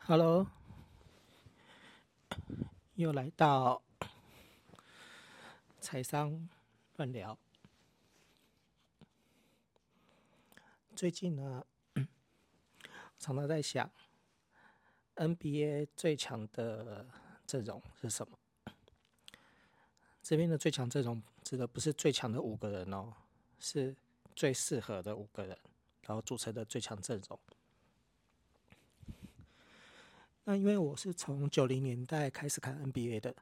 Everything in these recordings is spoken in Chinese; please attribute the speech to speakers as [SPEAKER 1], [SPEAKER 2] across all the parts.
[SPEAKER 1] Hello，又来到财商乱聊。最近呢，常常在想 NBA 最强的阵容是什么？这边的最强阵容指的不是最强的5个人哦，是最适合的5个人，然后组成的最强阵容。那因为我是从90年代开始看 NBA 的，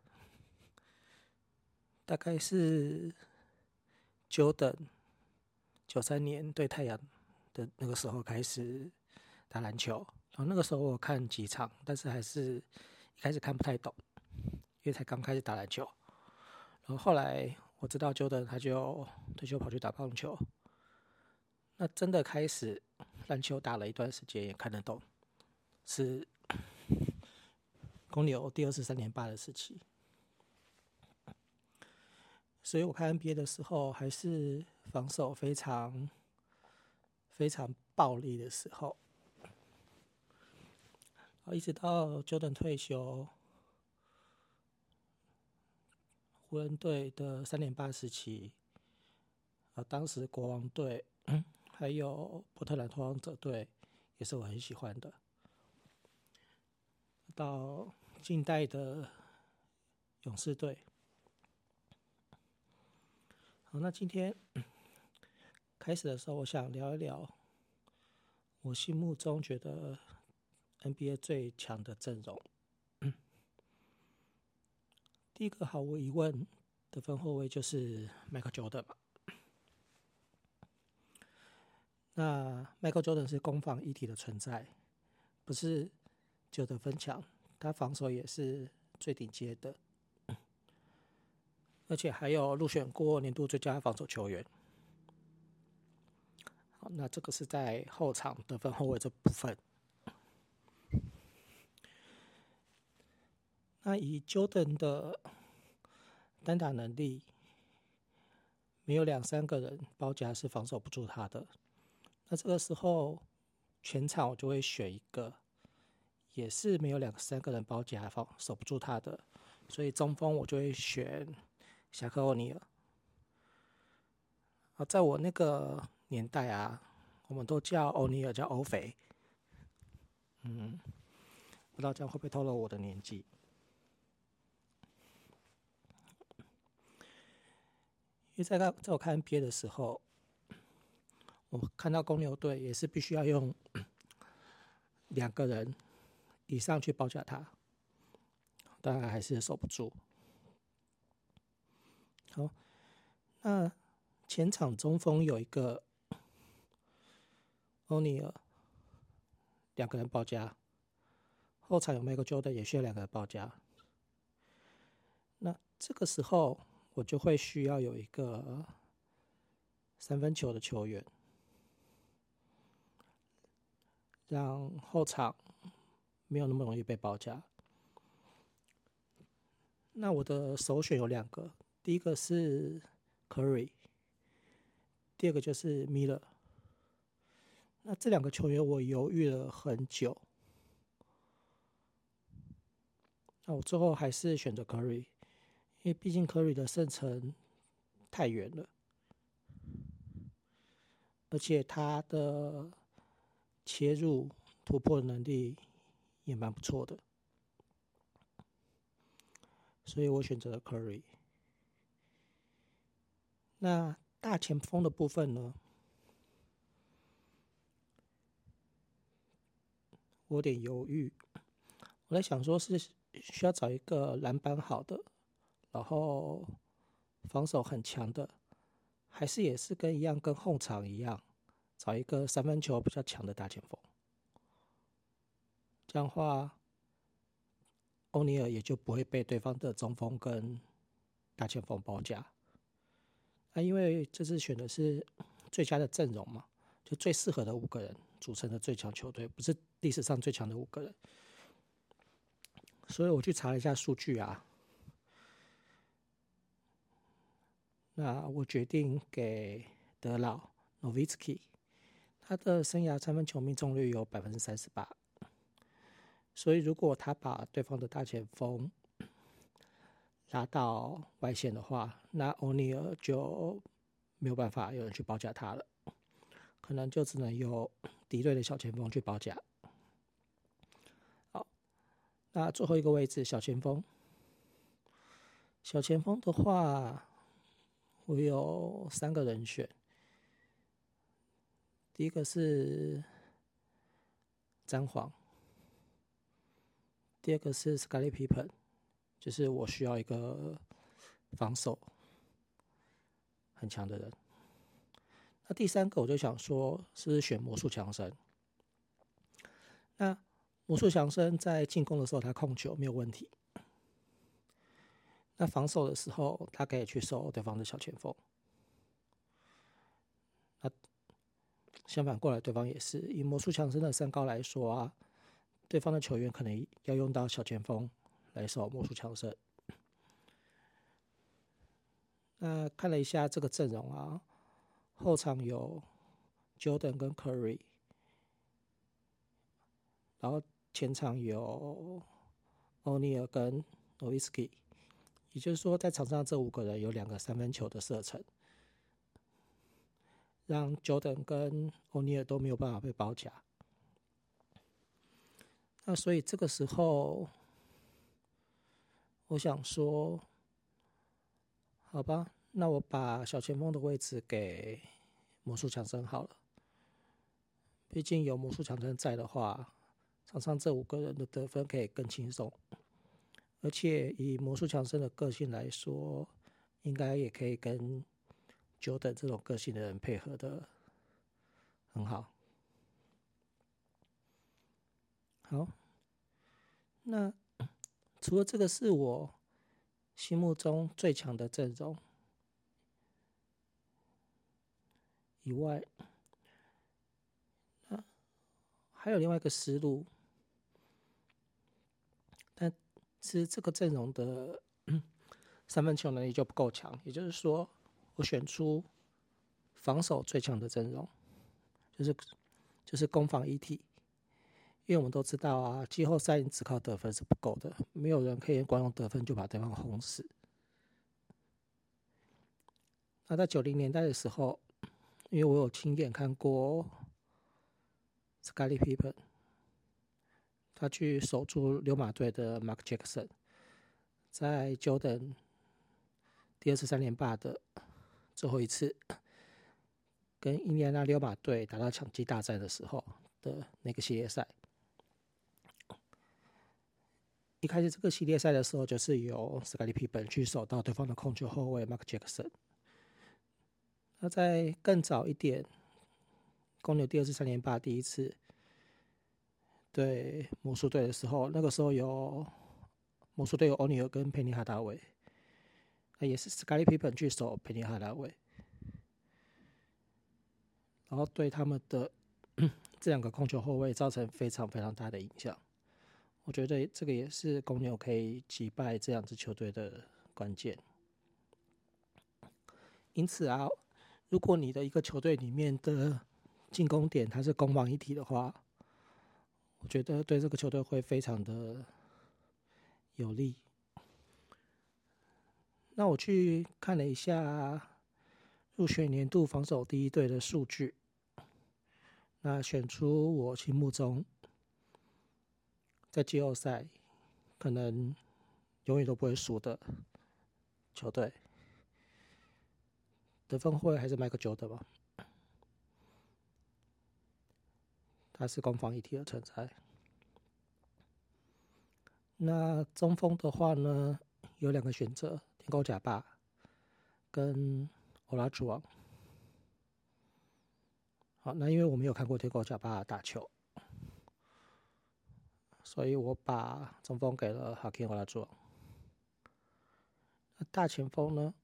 [SPEAKER 1] 大概是 Jordan 93年对太阳的那个时候开始打篮球，然后那个时候我看几场，但是还是一开始看不太懂，因为才刚开始打篮球。然后后来我知道 Jordan 他就退休跑去打棒球，那真的开始篮球打了一段时间也看得懂，是公牛第23连霸的时期。所以我看 NBA 的时候还是防守非常暴力的时候，一直到 Jordan 退休，湖人队的3连霸时期，当时国王队还有波特兰拓荒者队也是我很喜欢的。到近代的勇士队，好，那今天开始的时候，我想聊一聊我心目中觉得 NBA 最强的阵容。第一个毫无疑问得分后卫就是 Michael Jordan 嘛。那 Michael Jordan 是攻防一体的存在，不是只有得分强，他防守也是最顶尖的，而且还有入选过年度最佳防守球员。好，那这个是在后场得分后卫这部分。那以 Jordan 的单打能力，没有2-3个人包夹是防守不住他的。那这个时候全场我就会选一个，也是没有2-3个人包夹防守不住他的，所以中锋我就会选侠客欧尼尔。在我那个年代啊，我们都叫欧尼尔叫欧肥。不知道这样会不会透露我的年纪？因为在我看 NBA 的时候，我看到公牛队也是必须要用2个人以上去包夹他，当然还是守不住。好，那前场中锋有一个欧尼尔，2个人包夹；后场有 Michael Jordan 也需要2个人包夹。那这个时候我就会需要有一个3分球的球员，让后场没有那么容易被包夹。那我的首选有2个，第一个是 Curry， 第二个就是 Miller。那这2个球员我犹豫了很久，那我最后还是选择 Curry， 因为毕竟 Curry 的胜程太远了，而且他的切入突破的能力也蛮不错的，所以我选择了 Curry。那大前锋的部分呢，我有点犹豫。我在想说是需要找一个篮板好的，然后防守很强的，还是也是跟后场一样，找一个3分球比较强的大前锋。这样的话，欧尼尔也就不会被对方的中锋跟大前锋包夹。因为这次选的是最佳的阵容嘛，就最适合的5个人组成的最强球队，不是历史上最强的5个人。所以我去查了一下数据啊，那我决定给德老 Nowitzki， 他的生涯3分球命中率有38%， 所以如果他把对方的大前锋拉到外线的话，那欧尼尔就没有办法有人去包夹他了，可能就只能由敌对的小前锋去包夹。好，那最后一个位置小前锋，小前锋的话，我有3个人选。第一个是詹皇，第二个是 Scottie Pippen， 就是我需要一个防守很强的人。那第3个我就想说，是不是选魔术强森？那魔术强森在进攻的时候他控球没有问题，那防守的时候他可以去守对方的小前锋。那相反过来，对方也是以魔术强森的身高来说啊，对方的球员可能要用到小前锋来守魔术强森。那看了一下这个阵容啊，后场有 Jordan 跟 Curry， 然后前场有 O'Neal 跟 Nowitzki， 也就是说在场上这5个人有2个3分球的射程，让 Jordan 跟 O'Neal 都没有办法被包夹。那所以这个时候我想说，好吧，那我把小前锋的位置给魔术强森好了，毕竟有魔术强森在的话，场上这5个人的得分可以更轻松，而且以魔术强森的个性来说，应该也可以跟Jordan这种个性的人配合的很好。好，那除了这个是我心目中最强的阵容以外，还有另外一个思路，但是这个阵容的3分球能力就不够强，也就是说，我选出防守最强的阵容，就是攻防一体。因为我们都知道啊，季后赛只靠得分是不够的，没有人可以光用得分就把对方轰死。那在90年代的时候，因为我有亲眼看过 Scottie Pippen， 他去守住溜马队的 Mark Jackson， 在 Jordan 第2次3连霸的最后一次跟印第安纳溜马队打到抢击大战的时候的那个系列赛。一开始这个系列赛的时候，就是由 Scottie Pippen 去守到对方的控球后卫 Mark Jackson。那在更早一点，公牛第2次3连霸第1次对魔术队的时候，那个时候有魔术队有欧尼尔跟佩尼哈达维，那也是 Scottie Pippen 去守佩尼哈达维，然后对他们的这2个控球后卫造成非常非常大的影响。我觉得这个也是公牛可以击败这2支球队的关键。因此啊，如果你的一个球队里面的进攻点它是攻防一体的话，我觉得对这个球队会非常的有利。那我去看了一下入选年度防守第1队的数据，那选出我心目中在季后赛可能永远都不会输的球队，得分后卫还是迈克·乔丹吧，他是攻防一体的存在。那中锋的话呢，有2个选择，天狗贾巴跟欧拉朱王。好，那因为我没有看过天狗贾巴打球，所以我把中锋给了哈基姆·欧拉朱王。那大前锋呢？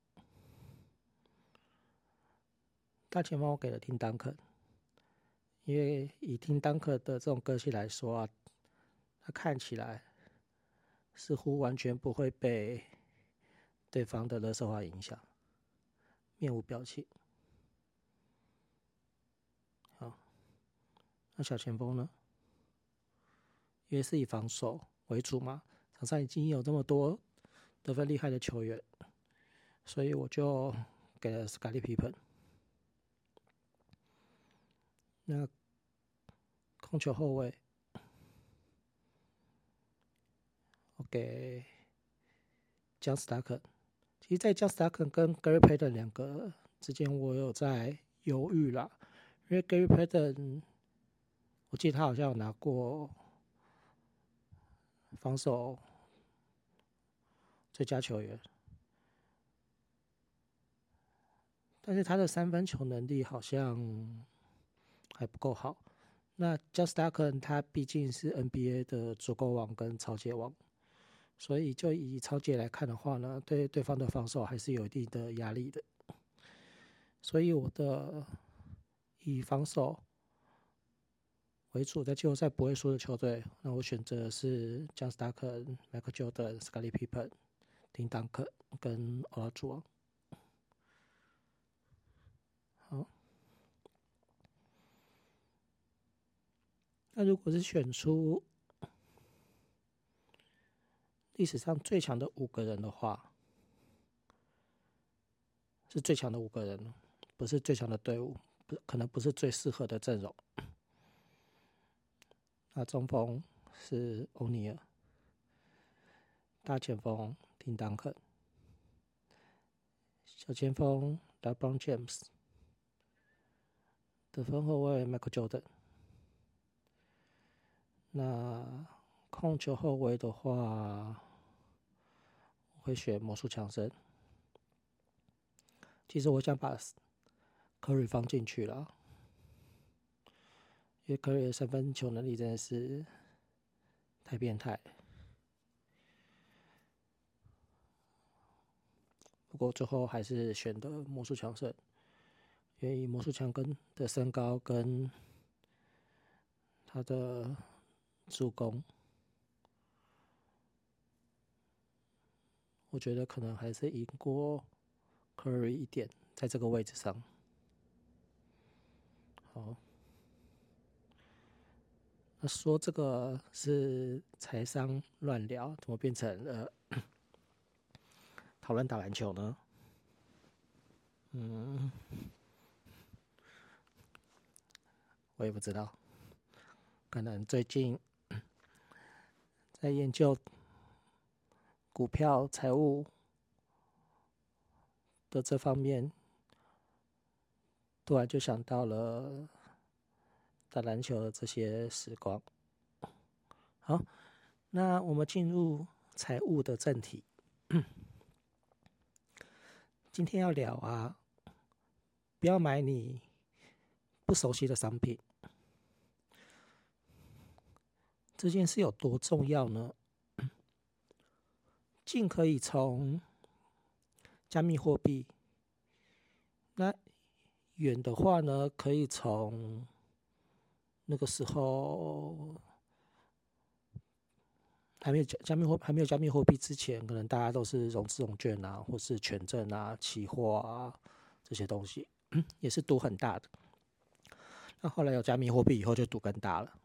[SPEAKER 1] 大前锋我给了丁丹肯，因为以丁丹肯的这种个性来说啊，他看起来似乎完全不会被对方的垃圾话影响，面无表情。好，那小前锋呢？ 因为是以防守为主嘛，场上已经有这么多得分厉害的球员，所以我就给了斯卡利·皮蓬。那控球后卫，我给江斯达肯。其实，在江斯达肯跟 Gary Payton 两个之间，我有在犹豫啦，因为 Gary Payton， 我记得他好像有拿过防守最佳球员，但是他的三分球能力好像还不够好。那 Just Duncan 他毕竟是 NBA 的助攻王跟超解王，所以就以超解来看的话呢，对对方的防守还是有一定的压力的。所以我的以防守为主，在季后赛不会输的球队，那我选择的是 Just Duncan、Michael Jordan、Scottie Pippen、Tim Duncan 跟 Olajuwon。好，那如果是选出历史上最强的5个人的话，是最强的5个人，不是最强的队伍，可能不是最适合的阵容。那中锋是欧尼尔，大前锋丁当肯，小前锋 LeBron James， 得分后卫 Michael Jordan。那控球后卫的话，我会选魔术强森。其实我想把 Curry 放进去了，因为 Curry 的三分球能力真的是太变态。不过最后还是选的魔术强森，因为魔术强森的身高跟他的助攻，我觉得可能还是赢过 Curry 一点，在这个位置上。好，那说这个是财商乱聊，怎么变成了讨论打篮球呢？我也不知道，可能最近在研究股票、财务的这方面，突然就想到了打篮球的这些时光。好，那我们进入财务的正题。今天要聊啊，不要买你不熟悉的商品。这件事有多重要呢？尽可以从加密货币，那远的话呢，可以从那个时候还没有加密货币之前，可能大家都是融资融券啊，或是权证啊、期货啊这些东西，也是赌很大的。那后来有加密货币以后，就赌更大了。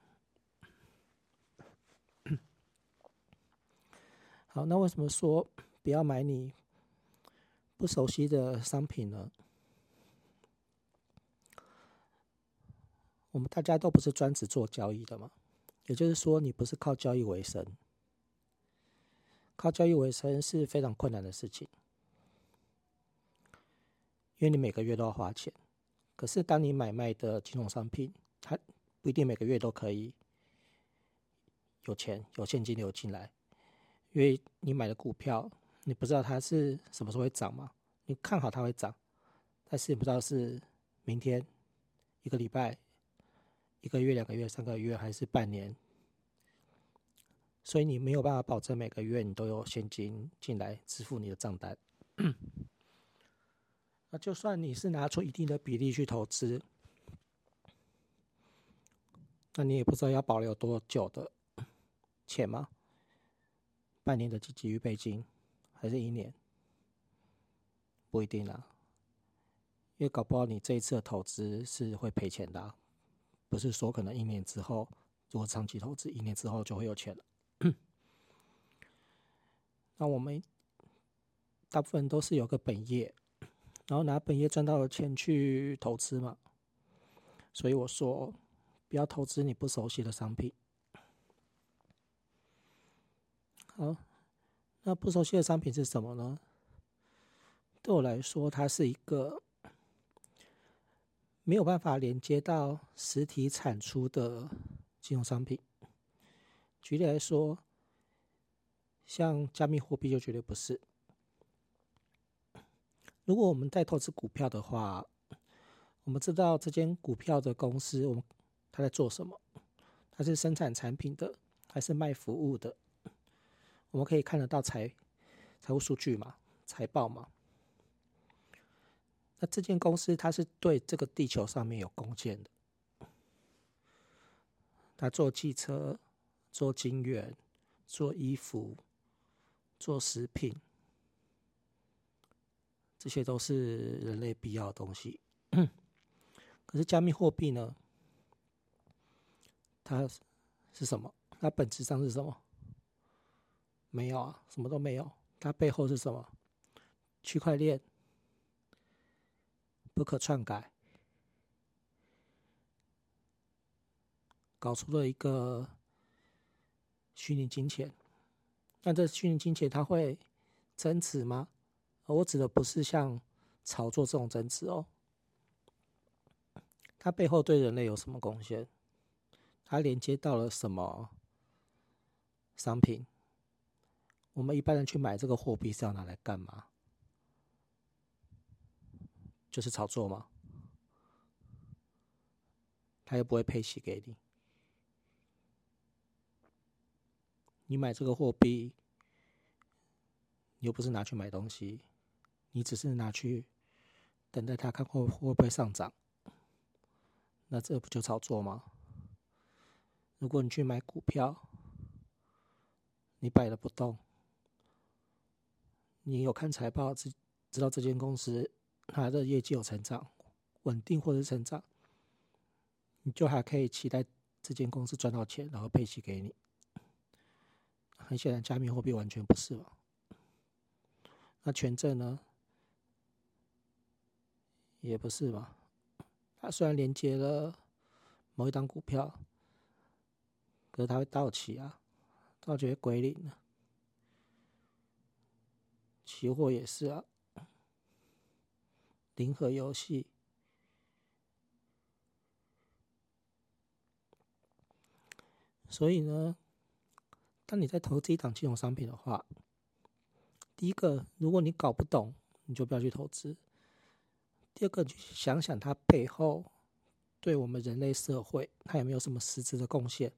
[SPEAKER 1] 好，那为什么说不要买你不熟悉的商品呢？我们大家都不是专职做交易的嘛，也就是说，你不是靠交易为生。靠交易为生是非常困难的事情，因为你每个月都要花钱。可是当你买卖的金融商品，它不一定每个月都可以有钱有现金流进来，因为你买的股票，你不知道它是什么时候会涨嘛，你看好它会涨，但是你不知道是明天、一个礼拜、1个月、2个月、3个月还是半年，所以你没有办法保证每个月你都有现金进来支付你的账单。那就算你是拿出一定的比例去投资，那你也不知道要保留多久的钱吗？半年的积极预备金，还是1年？不一定啦，因为搞不好你这一次的投资是会赔钱的不是说可能1年之后如果长期投资，1年之后就会有钱了。那我们大部分都是有个本业，然后拿本业赚到的钱去投资嘛。所以我说，不要投资你不熟悉的商品。好，那不熟悉的商品是什么呢？对我来说，它是一个没有办法连接到实体产出的金融商品。举例来说，像加密货币就绝对不是。如果我们在投资股票的话，我们知道这间股票的公司，它在做什么？它是生产产品的，还是卖服务的？我们可以看得到财务数据嘛，财报嘛。那这间公司它是对这个地球上面有贡献的，它做汽车、做晶圆、做衣服、做食品，这些都是人类必要的东西。可是加密货币呢？它是什么？它本质上是什么？没有啊，什么都没有。它背后是什么？区块链、不可篡改，搞出了一个虚拟金钱。那这虚拟金钱它会增值吗？我指的不是像炒作这种增值哦。它背后对人类有什么贡献？它连接到了什么商品？我们一般人去买这个货币是要拿来干嘛？就是炒作吗？它又不会配息给你。你买这个货币，你又不是拿去买东西，你只是拿去等待它看会不会上涨。那这不就炒作吗？如果你去买股票，你摆了不动，你有看财报，知道这间公司它的业绩有成长，稳定或者是成长，你就还可以期待这间公司赚到钱，然后配息给你。很显然，加密货币完全不是嘛。那权证呢？也不是嘛。它虽然连接了某一档股票，可是它会到期啊，到期会归零了。期货也是啊，零和游戏。所以呢，当你在投资一档金融商品的话，第一个，如果你搞不懂，你就不要去投资。第二个，你去想想它背后对我们人类社会，它有没有什么实质的贡献？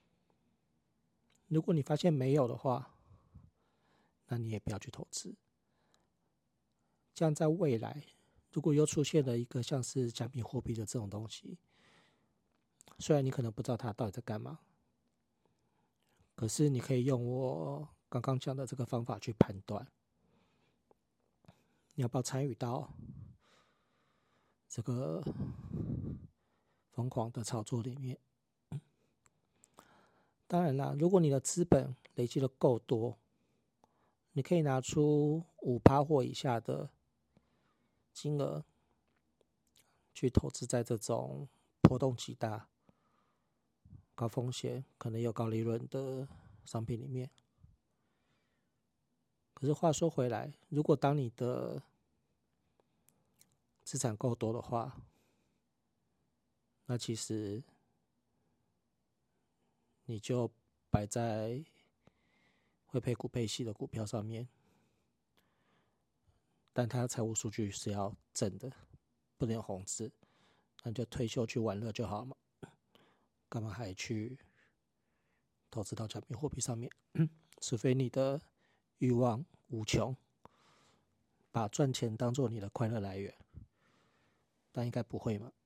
[SPEAKER 1] 如果你发现没有的话，那你也不要去投资。这样在未来，如果又出现了一个像是加密货币的这种东西，虽然你可能不知道它到底在干嘛，可是你可以用我刚刚讲的这个方法去判断，你要不要参与到这个疯狂的炒作里面。当然啦，如果你的资本累积的够多，你可以拿出5%或以下的金额去投资在这种波动极大、高风险、可能有高利润的商品里面。可是话说回来，如果当你的资产够多的话，那其实你就摆在会配股配息的股票上面，但它的财务数据是要正的，不能有红字，那你就退休去玩乐就好嘛，干嘛还去投资到加密货币上面？除非你的欲望无穷，把赚钱当做你的快乐来源，但应该不会嘛。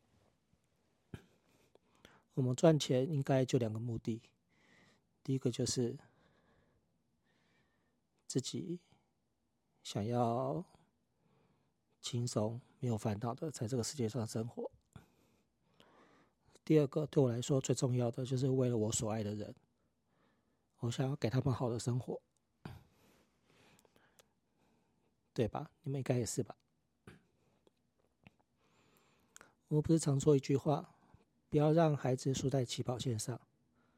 [SPEAKER 1] 我们赚钱应该就2个目的，第一个就是自己想要轻松没有烦恼的在这个世界上生活， 第二个对我来说最重要的，就是为了我所爱的人，我想要给他们好的生活，对吧？你们应该也是吧？我不是常说一句话，不要让孩子输在起跑线上，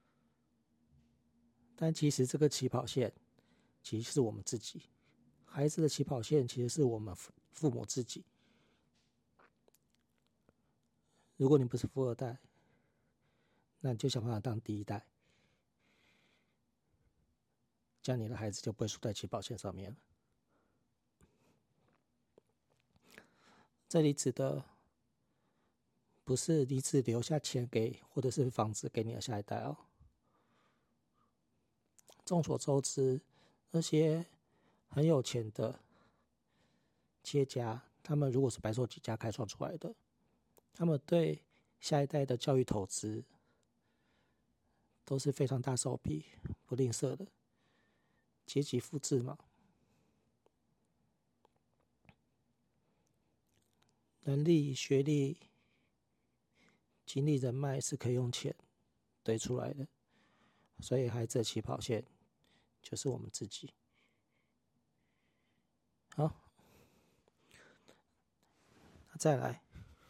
[SPEAKER 1] 但其实这个起跑线其实是我们自己，孩子的起跑线其实是我们父母自己。如果你不是富二代，那你就想办法当第一代，这样你的孩子就不会输在起跑线上面了。这里指的不是你只留下钱给或者是房子给你的下一代哦。众所周知，那些很有钱的企业家，他们如果是白手起家开创出来的，他们对下一代的教育投资都是非常大手笔、不吝啬的，阶级复制嘛。能力、学历、精力、人脉是可以用钱堆出来的，所以孩子的起跑线就是我们自己。好，那再来，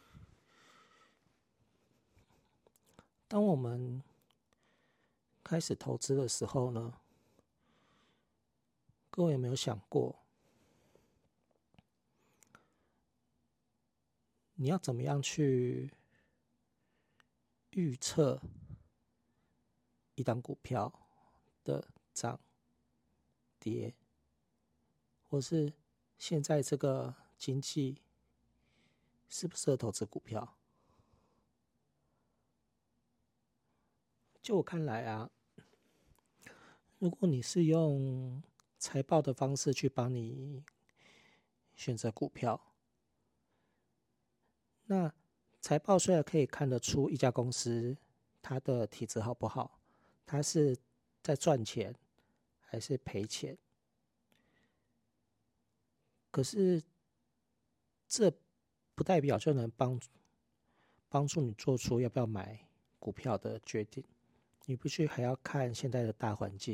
[SPEAKER 1] 当我们开始投资的时候呢，各位有没有想过，你要怎么样去预测一档股票的涨跌，或是现在这个经济适不适合投资股票？就我看来啊，如果你是用财报的方式去帮你选择股票，那财报虽然可以看得出一家公司它的体质好不好，它是在赚钱还是赔钱，可是这不代表就能帮助你做出要不要买股票的决定。你必须还要看现在的大环境，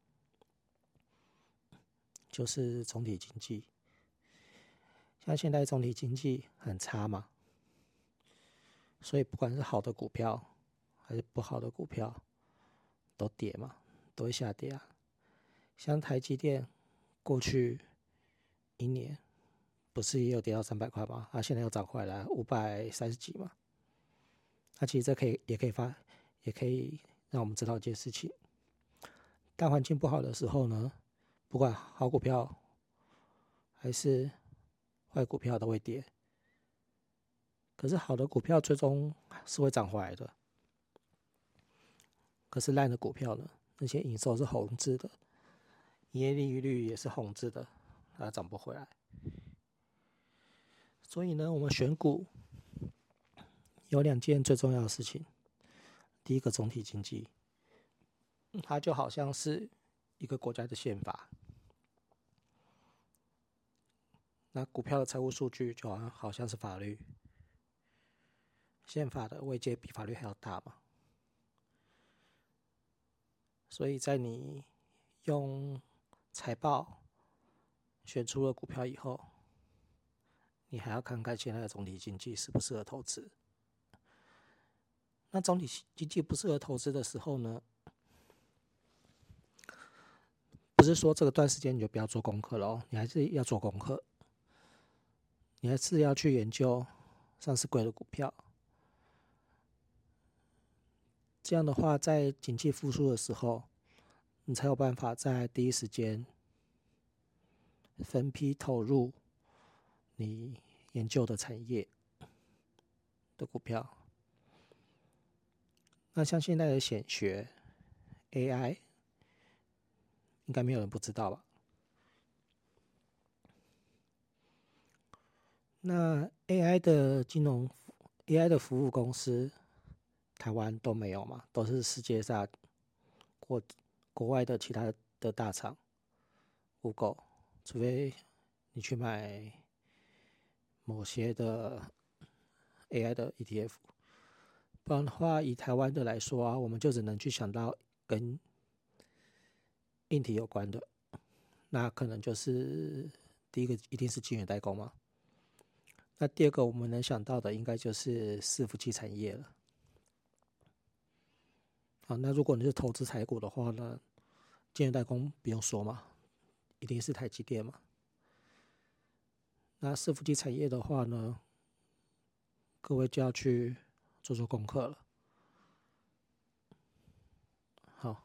[SPEAKER 1] 就是总体经济。像现在总体经济很差嘛，所以不管是好的股票还是不好的股票都跌嘛，都会下跌啊。像台积电过去一年不是也有跌到300块吗？现在又涨回来530几嘛。那其实这也可以让我们知道一件事情：大环境不好的时候呢，不管好股票还是坏股票都会跌，可是好的股票最终是会涨回来的。可是烂的股票呢，那些营收是红字的，营业利率也是红字的，它涨不回来。所以呢，我们选股有2件最重要的事情。第一个，总体经济，它就好像是一个国家的宪法，那股票的财务数据就好像是法律，宪法的位阶比法律还要大嘛。所以在你用财报选出了股票以后，你还要看看现在的总体经济适不适合投资。那总体经济不适合投资的时候呢，不是说这个段时间你就不要做功课了哦，你还是要做功课，你还是要去研究上市柜的股票。这样的话，在经济复苏的时候，你才有办法在第一时间分批投入你研究的产业的股票。那像现在的显学 AI， 应该没有人不知道吧？那 AI 的服务公司，台湾都没有嘛，都是世界上国外的其他的大厂 Google， 除非你去买某些的 AI 的 ETF， 不然的话，以台湾的来说啊，我们就只能去想到跟硬体有关的，那可能就是第一个一定是晶圆代工嘛。那第二个我们能想到的应该就是伺服器产业了。好，那如果你是投资台股的话呢，晶圆代工不用说嘛，一定是台积电嘛。那伺服器产业的话呢，各位就要去做做功课了。好，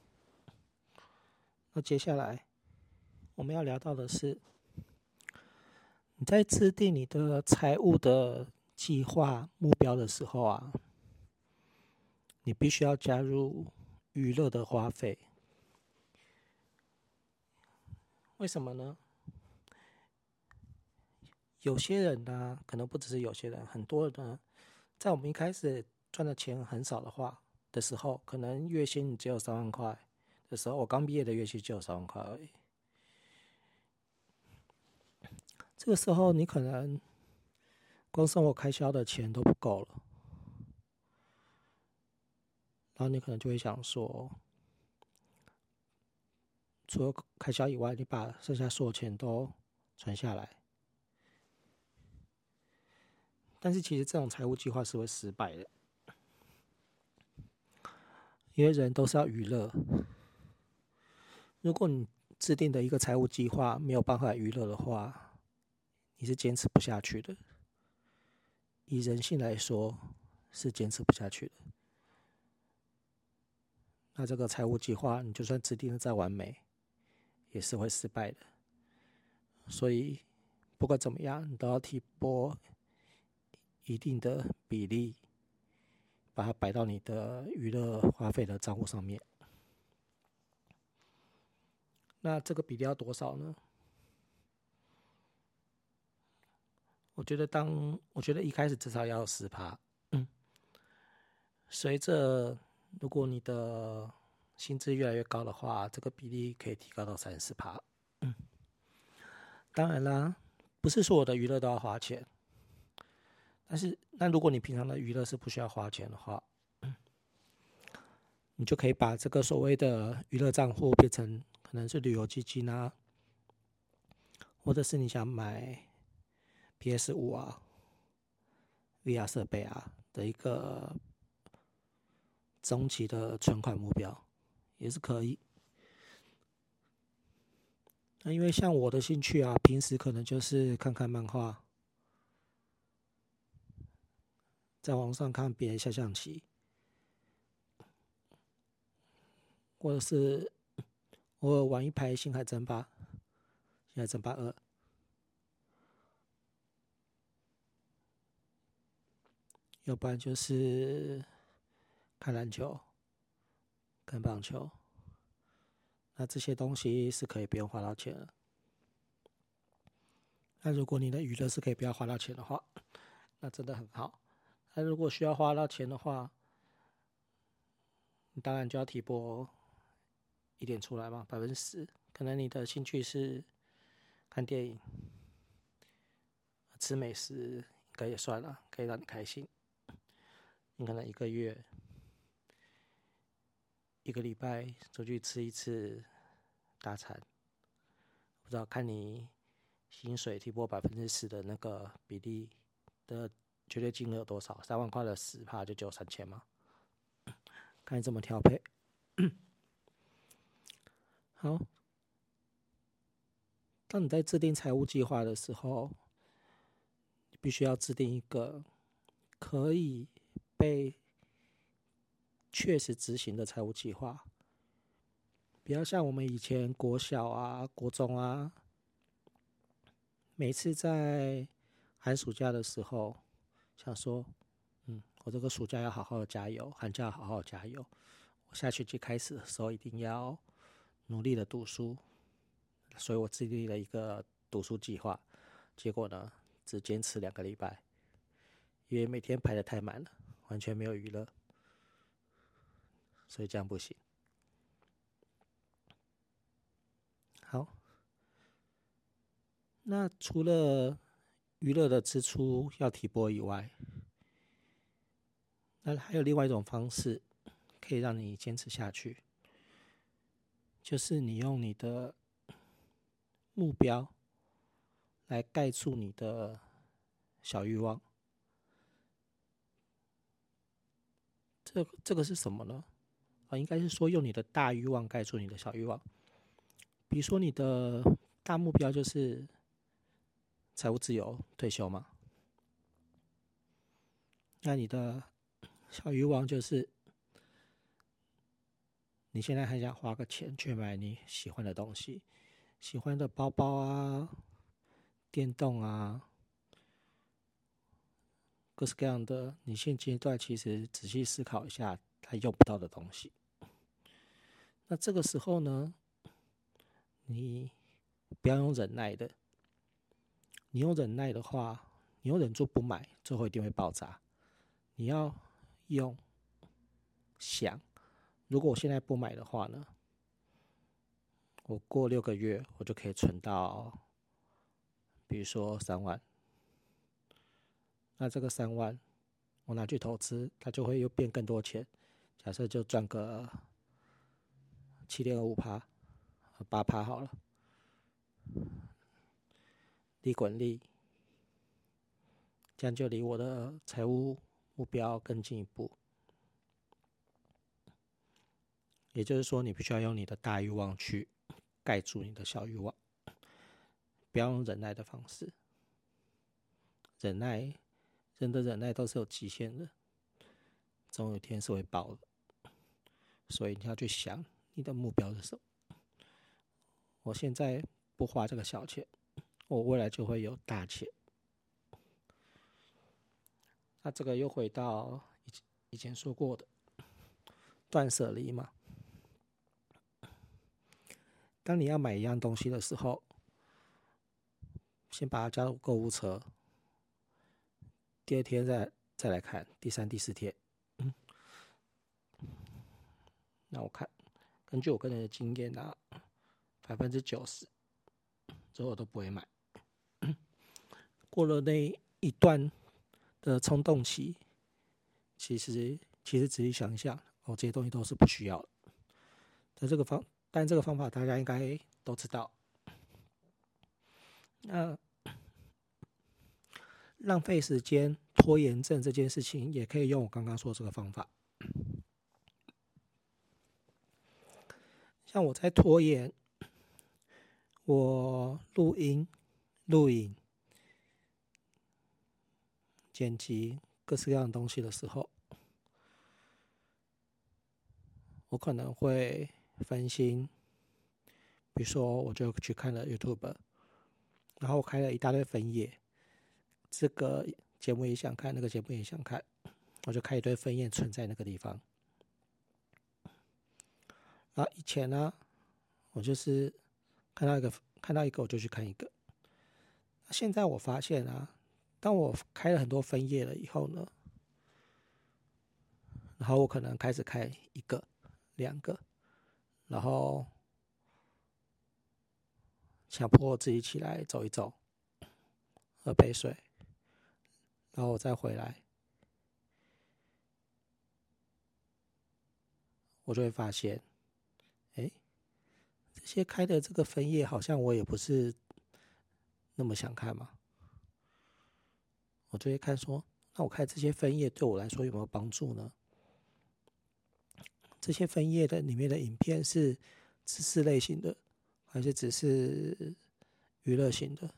[SPEAKER 1] 那接下来我们要聊到的是，你在制定你的财务的计划目标的时候啊，你必须要加入娱乐的花费。为什么呢？有些人呢，可能不只是有些人，很多人呢，在我们一开始赚的钱很少的时候，可能月薪只有3万块的时候，我刚毕业的月薪只有3万块而已。这个时候，你可能光生活开销的钱都不够了，然后你可能就会想说，除了开销以外，你把剩下所有钱都存下来。但是其实这种财务计划是会失败的，因为人都是要娱乐。如果你制定的一个财务计划没有办法娱乐的话，你是坚持不下去的。以人性来说，是坚持不下去的。那这个财务计划，你就算制定的再完美，也是会失败的。所以，不管怎么样，你都要提拨一定的比例，把它摆到你的娱乐花费的账户上面。那这个比例要多少呢？我觉得一开始至少要有10%。随着如果你的薪资越来越高的话，这个比例可以提高到30%。当然啦，不是所有的娱乐都要花钱，但是那如果你平常的娱乐是不需要花钱的话，你就可以把这个所谓的娱乐账户变成可能是旅游基金啊，或者是你想买 PS5啊、VR 设备啊的一个中期的存款目标，也是可以。那因为像我的兴趣啊，平时可能就是看看漫画，在网上看别人下象棋，或者是我玩一排星海争霸、星海争霸2，要不然就是看篮球、看棒球。那这些东西是可以不用花到钱的。那如果你的娱乐是可以不要花到钱的话，那真的很好。那如果需要花到钱的话，你当然就要提拨一点出来嘛，10%。可能你的兴趣是看电影、吃美食，应该也算了，可以让你开心。你可能一个礼拜出去吃一次大餐，不知道看你薪水提拨10%的那个比例的绝对金额有多少？3万块的10%就只有3000吗？看你怎么调配。好，当你在制定财务计划的时候，你必须要制定一个可以被确实执行的财务计划，不要像我们以前国小啊、国中啊，每次在寒暑假的时候，想说，我这个暑假要好好的加油，寒假要好好的加油，我下学期开始的时候一定要努力的读书，所以我制定了一个读书计划。结果呢，只坚持2个礼拜，因为每天排得太满了，完全没有娱乐，所以这样不行。好，那除了娱乐的支出要提拨以外， 那还有另外一种方式可以让你坚持下去，就是你用你的目标来盖住你的小欲望。这个是什么呢？应该是说用你的大欲望盖住你的小欲望。比如说你的大目标就是财务自由、退休嘛，那你的小欲望就是你现在很想花个钱去买你喜欢的东西，喜欢的包包啊、电动啊，各式各样的，你现阶段其实仔细思考一下，它用不到的东西。那这个时候呢，你不要用忍耐的，你用忍耐的话，你用忍住不买，最后一定会爆炸。你要用想，如果我现在不买的话呢，我过6个月我就可以存到，比如说3万。那这个3万我拿去投资，它就会又变更多钱。假设就赚个7.25%、8%好了，利滚利，这样就离我的财务目标更进一步。也就是说，你必须要用你的大欲望去盖住你的小欲望，不要用忍耐的方式。忍耐，人的忍耐都是有极限的，总有一天是会爆的。所以你要去想你的目标是什么。我现在不花这个小钱，我未来就会有大钱。那这个又回到以前说过的断舍离嘛。当你要买一样东西的时候，先把它加入购物车，第2天再来看，第3、第4天。那我看，根据我个人的经验啊，90%之后都不会买。过了那一段的冲动期，其实仔细想一想，这些东西都是不需要的。但这个方法大家应该都知道。那浪费时间、拖延症这件事情，也可以用我刚刚说这个方法。像我在拖延，我录音、录影、剪辑各式各样的东西的时候，我可能会分心。比如说，我就去看了 YouTube， 然后我开了一大堆分页，这个节目也想看，那个节目也想看，我就开一堆分页存在那个地方。然后以前呢，我就是看到一个我就去看一个。现在我发现啊，当我开了很多分页了以后呢，然后我可能开始开1个、2个，然后强迫我自己起来走一走，喝杯水，然后我再回来，我就会发现，这些开的这个分页好像我也不是那么想看嘛。我就会看说，那我看这些分页对我来说有没有帮助呢？这些分页的里面的影片是知识类型的，还是只是娱乐型的？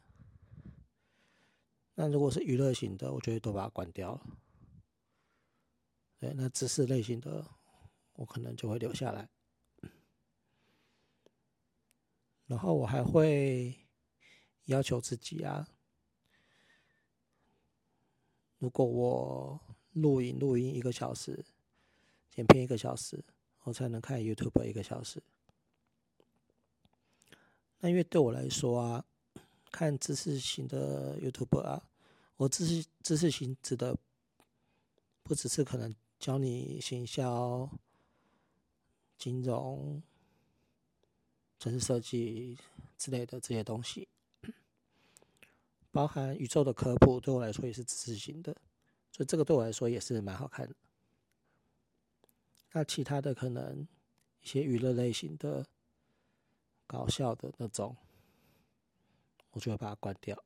[SPEAKER 1] 那如果是娱乐型的，我就会都把它关掉了。对，那知识类型的，我可能就会留下来。然后我还会要求自己啊，如果我录音1个小时，剪片1个小时，我才能看 YouTube 1个小时。那因为对我来说啊，看知识型的 YouTube 啊，我知识型指的不只是可能教你行销、金融、程式设计之类的这些东西，包含宇宙的科普，对我来说也是知识型的，所以这个对我来说也是蛮好看的。 那其他的可能一些娱乐类型的、搞笑的那种，我就会把它关掉。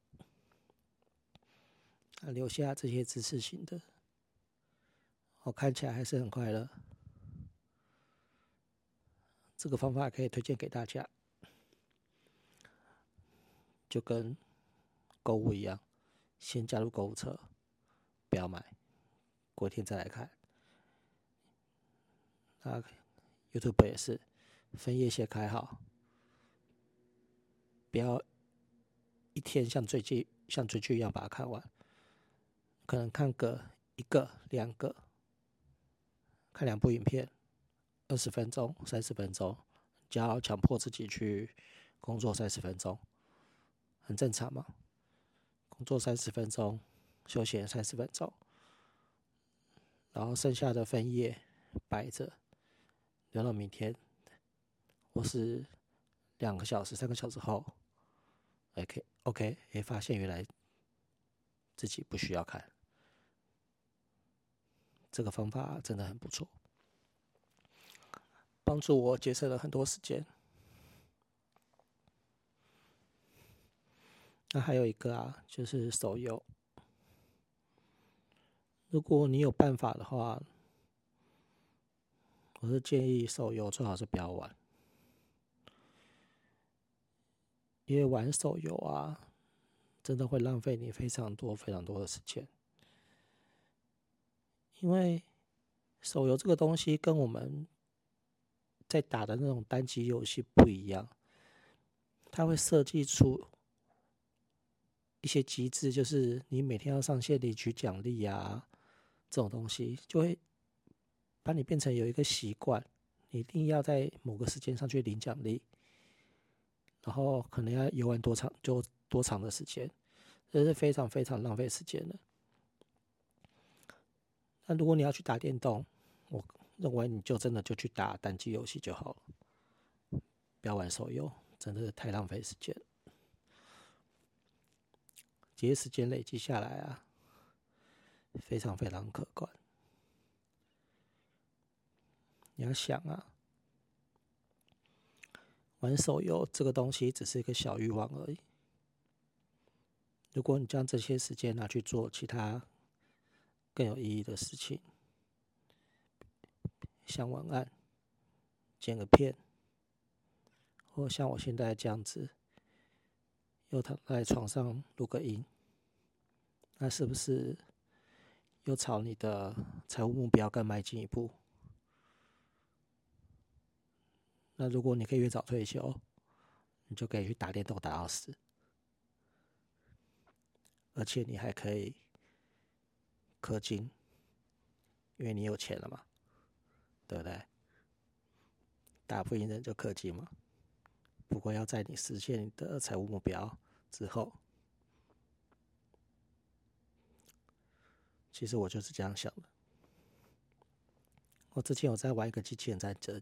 [SPEAKER 1] 留下这些知识型的，我看起来还是很快乐。这个方法可以推荐给大家，就跟购物一样，先加入购物车，不要买，过天再来看。那 YouTube 也是，分页先开好，不要一天像追剧一样把它看完，可能看个1个、2个，看2部影片，20分钟、30分钟，就要强迫自己去工作30分钟，很正常嘛。工作30分钟，休闲30分钟，然后剩下的分页摆着，留到明天，或是2个小时、3个小时后，OK， 发现原来自己不需要看。这个方法真的很不错，帮助我节省了很多时间。那还有一个啊，就是手游。如果你有办法的话，我是建议手游最好是不要玩，因为玩手游啊，真的会浪费你非常多的时间。因为手游这个东西跟我们在打的那种单机游戏不一样，它会设计出一些机制，就是你每天要上线领取奖励啊，这种东西就会把你变成有一个习惯，你一定要在某个时间上去领奖励，然后可能要游玩多长的时间，这是非常浪费时间的。那如果你要去打电动，我认为你就真的就去打单机游戏就好了，不要玩手游，真的是太浪费时间。这些时间累积下来啊，非常可观。你要想啊，玩手游这个东西只是一个小欲望而已。如果你将这些时间拿去做其他更有意义的事情，像文案、剪个片，或像我现在这样子，又躺在床上录个音，那是不是又朝你的财务目标更迈进一步？那如果你可以越早退休，你就可以去打电动打到死，而且你还可以氪金，因为你有钱了嘛，对不对？打不赢人就氪金嘛。不过要在你实现你的财务目标之后，其实我就是这样想的。我之前有在玩一个机器人战争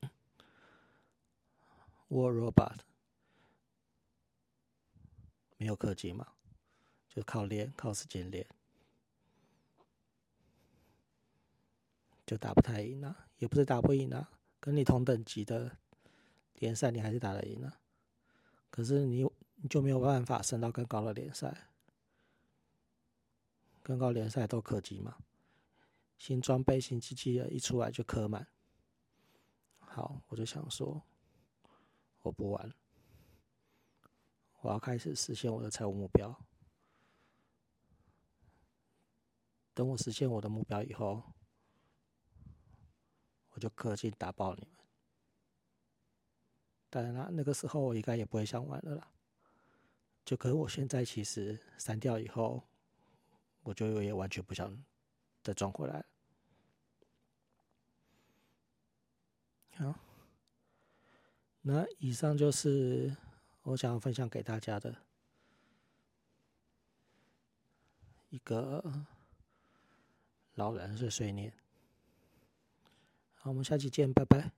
[SPEAKER 1] ，War Robot， 没有氪金嘛，就靠练，靠时间练，就打不太赢啊，也不是打不赢啊，跟你同等级的联赛你还是打得赢啊，可是你就没有办法升到更高的联赛，更高联赛都氪金嘛，新装备、新机器人一出来就氪满。好，我就想说，我不玩，我要开始实现我的财务目标。等我实现我的目标以后，我就氪金打爆你们。当然啦，那个时候我应该也不会想玩了啦。就可是我现在其实删掉以后，我就也完全不想再装回来了。好，那以上就是我想要分享给大家的一个老人的碎念。好，我们下期见，拜拜。